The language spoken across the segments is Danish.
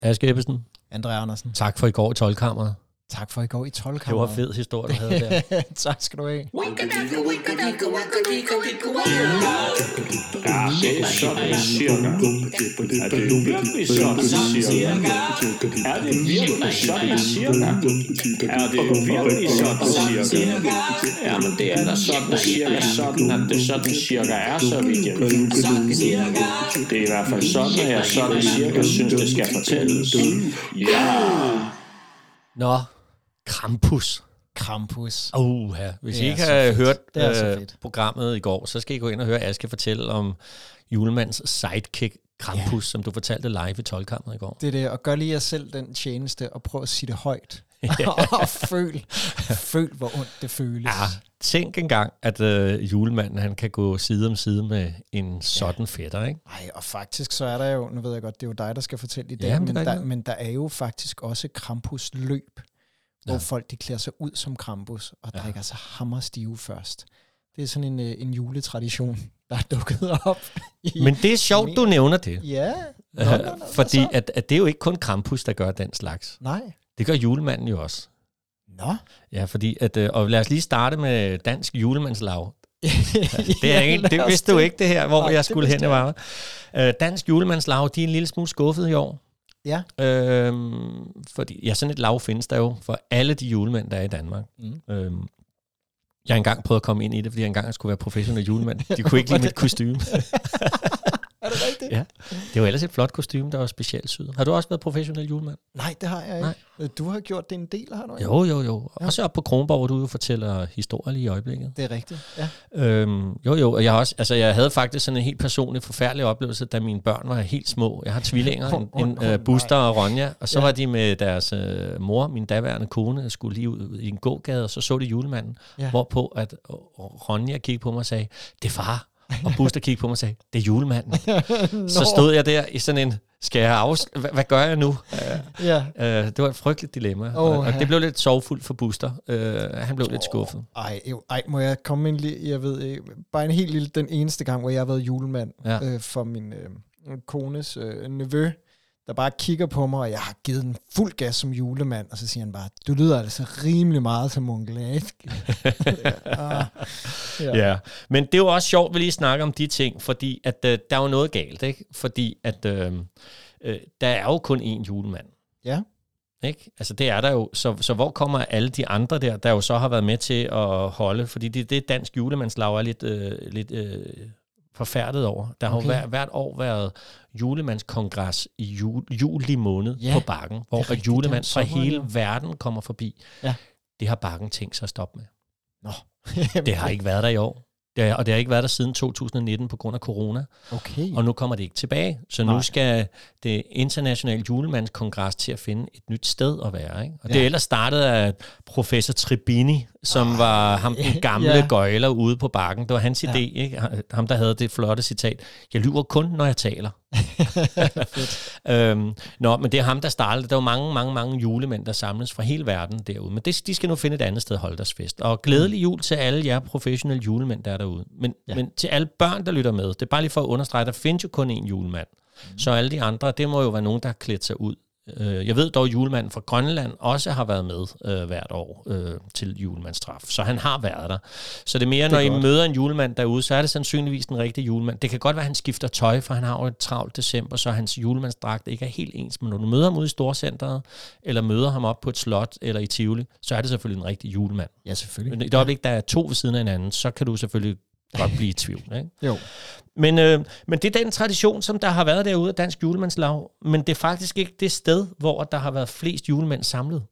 Aske Ebbesen. André Andersen. Tak for i går i 12-kammeret. Tak for i går i 12-kammeret. Det var fed historie, du havde der. Tak skal du have. Ja, det er sådan cirka. Er det virkelig sådan cirka? Er det virkelig sådan cirka? Er det virkelig sådan cirka? Ja, men det er da sådan cirka sådan, at det sådan cirka er, så vidt jeg ved. Det er i hvert fald sådan, at jeg sådan cirka synes, det skal fortælles. Ja! Nå, Krampus. Krampus. Hvis I ikke har hørt programmet i går, så skal I gå ind og høre Aske fortælle om julemands sidekick Krampus, som du fortalte live i 12-kammeret i går. Det er det, og gør lige jer selv den tjeneste og prøv at sige det højt. Og føl, hvor ondt det føles. Ja, tænk engang, at julemanden han kan gå side om side med en sådan fætter, ikke? Nej, og faktisk så er der jo, nu ved jeg godt, det er jo dig, der skal fortælle i dag, Ja, men der er jo faktisk også Krampus løb, hvor folk de klæder sig ud som Krampus og drikker sig hammerstive først. Det er sådan en juletradition, der er dukket op. Men det er sjovt, du nævner det. Ja. Fordi at det er jo ikke kun Krampus, der gør den slags. Nej. Det gør julemanden jo også. Nå. Ja, fordi og lad os lige starte med Dansk Julemandslaug. Det vidste du ikke det her, hvor jeg skulle hen. Var. Dansk Julemandslaug, de er en lille smule skuffet i år. Ja. Fordi sådan et laug findes der jo for alle de julemænd, der er i Danmark. Jeg har engang prøvet at komme ind i det, fordi jeg engang skulle være professionel julemand. De kunne ikke lide mit kostume. Er det rigtigt? Ja. Det var ellers et flot kostume, der var specielt syet. Har du også været professionel julemand? Nej, det har jeg ikke. Nej. Du har gjort det en del, har du ikke? Jo. Ja. Også op på Kronborg, hvor du jo fortæller historier lige i øjeblikket. Det er rigtigt, ja. Og jeg havde faktisk sådan en helt personlig forfærdelig oplevelse, da mine børn var helt små. Jeg har tvillinger, Buster og Ronja, og så var de med deres mor, min daværende kone, skulle lige ud i en gågade, og så de julemanden, hvorpå at Ronja kiggede på mig og sagde, det er far. Og Buster kiggede på mig og sagde, det er julemanden. Så stod jeg der i sådan en, skal jeg hvad gør jeg nu? Det var et frygteligt dilemma. Og det blev lidt sorgfuldt for Buster. Han blev lidt skuffet. Ej, må jeg komme ind lige, jeg ved, bare en helt lille, den eneste gang, hvor jeg har været julemand for min kones nevø, der bare kigger på mig, og jeg har givet den fuld gas som julemand, og så siger han bare, du lyder altså rimelig meget som onkel Aske. Ja, men det er jo også sjovt, at vi lige snakker om de ting, fordi at der er jo noget galt, ikke? Fordi at der er jo kun én julemand. Ja. Ikke? Altså det er der jo, så hvor kommer alle de andre der jo så har været med til at holde, fordi det Dansk Julemandslaug er lidt forfærdet over. Der har jo hvert år været julemandskongres i juli måned på Bakken, hvor julemand fra hele verden kommer forbi. Ja. Det har Bakken tænkt sig at stoppe med. Nå. Det har ikke været der i år. Og det har ikke været der siden 2019 på grund af corona. Okay. Og nu kommer det ikke tilbage. Så nu skal det internationale julemandskongres til at finde et nyt sted at være. Ikke? Og det er ellers startet af professor Tribini, som var ham den gamle gøjler ude på Bakken. Det var hans idé, ikke? Ham der havde det flotte citat. Jeg lyver kun, når jeg taler. Men det er ham, der startede. Der var mange julemænd, der samles fra hele verden derude. Men de skal nu finde et andet sted at holde deres fest. Og glædelig jul til alle jer professionelle julemænd, der er derude. Men til alle børn, der lytter med, det er bare lige for at understrege, der findes jo kun én julemand. Så alle de andre, det må jo være nogen, der har klædt sig ud. Jeg ved dog, at julemanden fra Grønland også har været med hvert år til julemandstraf. Så han har været der. Så det er mere, når I møder en julemand derude, så er det sandsynligvis den rigtige julemand. Det kan godt være, at han skifter tøj, for han har jo et travlt december, så hans julemandsdragt ikke er helt ens. Men når du møder ham ude i Storcenteret, eller møder ham op på et slot eller i Tivoli, så er det selvfølgelig en rigtig julemand. Ja, selvfølgelig. Men i det øjeblik, der er to ved siden af hinanden, så kan du selvfølgelig godt blive i tvivl. Ikke? Jo. Men det er den tradition, som der har været derude af Dansk Julemandslaug, men det er faktisk ikke det sted, hvor der har været flest julemænd samlet.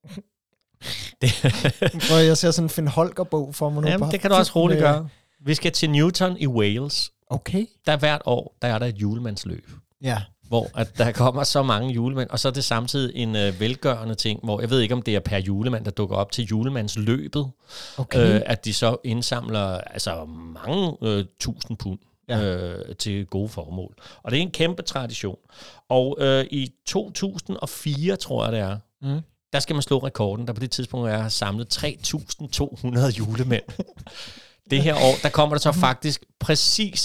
Jeg ser sådan en Finn Holger-bog for mig nu. Jamen, det kan du også roligt gøre. Vi skal til Newton i Wales. Okay. Der hvert år, der er der et julemandsløb. Ja. Hvor at der kommer så mange julemænd, og så er det samtidig en velgørende ting, hvor jeg ved ikke, om det er per julemand, der dukker op til julemandsløbet, at de så indsamler altså mange 1000 pund til gode formål. Og det er en kæmpe tradition. Og i 2004, tror jeg det er, der skal man slå rekorden, der på det tidspunkt har samlet 3.200 julemænd. Det her år, der kommer der så faktisk præcis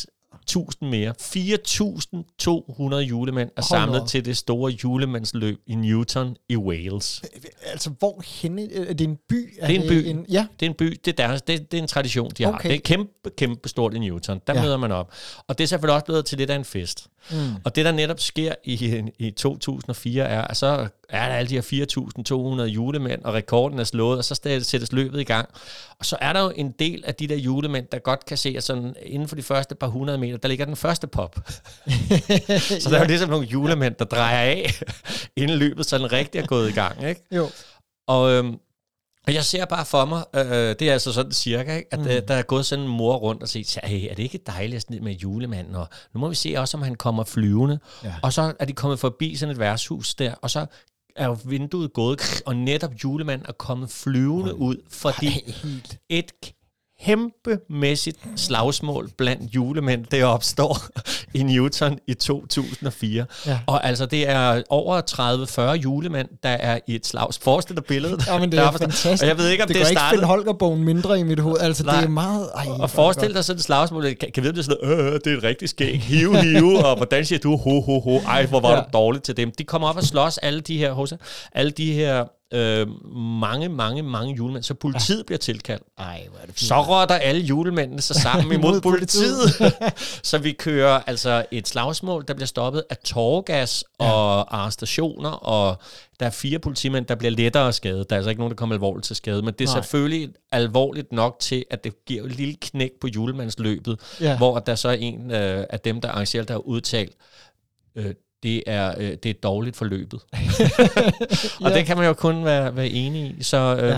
5.000 mere. 4.200 julemænd er samlet til det store julemandsløb i Newton i Wales. Altså, hvor henne? Er det en by? Det er en by. Det er en by. Det er det er en tradition, de har. Det er kæmpe stort i Newton. Der møder man op. Og det er selvfølgelig også blevet til lidt af en fest. Og det, der netop sker i 2004, er, at så er der alle de her 4.200 julemænd, og rekorden er slået, og så sættes løbet i gang. Og så er der jo en del af de der julemænd, der godt kan se, at sådan inden for de første par 100 meter, der ligger den første pop. Så der er jo ligesom nogle julemænd, der drejer af, inden løbet sådan rigtig er gået i gang, ikke? Jo. Og jeg ser bare for mig, det er altså sådan cirka, ikke? At der er gået sådan en mor rundt og siger, hey, er det ikke dejligt sådan med julemanden? Og nu må vi se også, om han kommer flyvende. Ja. Og så er de kommet forbi sådan et værtshus der, og så er jo vinduet gået, og netop julemanden er kommet flyvende ud, fordi et kæmpemæssigt slagsmål blandt julemænd, det opstår i Newton i 2004. Ja. Og altså, det er over 30-40 julemænd, der er i et slags. Forestil dig billedet. Ja, men det er fantastisk. Og jeg ved ikke, om det startede. Det kan ikke finde Holgerbogen mindre i mit hoved. Altså, det er meget... og forestil dig sådan et slagsmål. Kan vide, det er sådan, det er et rigtig skæg. Hive, og hvordan siger du? Ho. Ej, hvor var du dårligt til dem. De kommer op og slås alle de her mange julemænd, så politiet bliver tilkaldt. Ej, hvor er det så rotter alle julemændene sig sammen imod politiet. Så vi kører altså et slagsmål, der bliver stoppet af tåregas og arrestationer, og der er 4 politimænd, der bliver lettere skadet. Der er altså ikke nogen, der kommer alvorligt til skade, men det er selvfølgelig alvorligt nok til, at det giver et lille knæk på julemandsløbet, hvor der så er en af dem, der arrangerer, der har udtalt, det er dårligt forløbet. Og det kan man jo kun være enig i.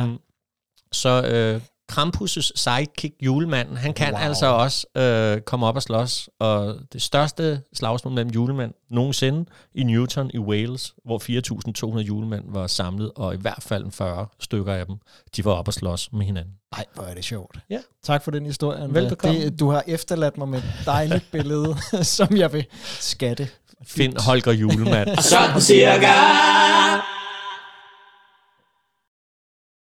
Så Krampus' sidekick, julemanden, han kan altså også komme op og slås. Og det største slagsmål mellem julemænd nogensinde i Newton i Wales, hvor 4.200 julemænd var samlet, og i hvert fald 40 stykker af dem, de var op og slås med hinanden. Ej, hvor er det sjovt. Ja. Tak for den historie. Velbekomme. Du har efterladt mig med et dejligt billede, som jeg vil skatte. Find Holger Julemand. Sådan cirka.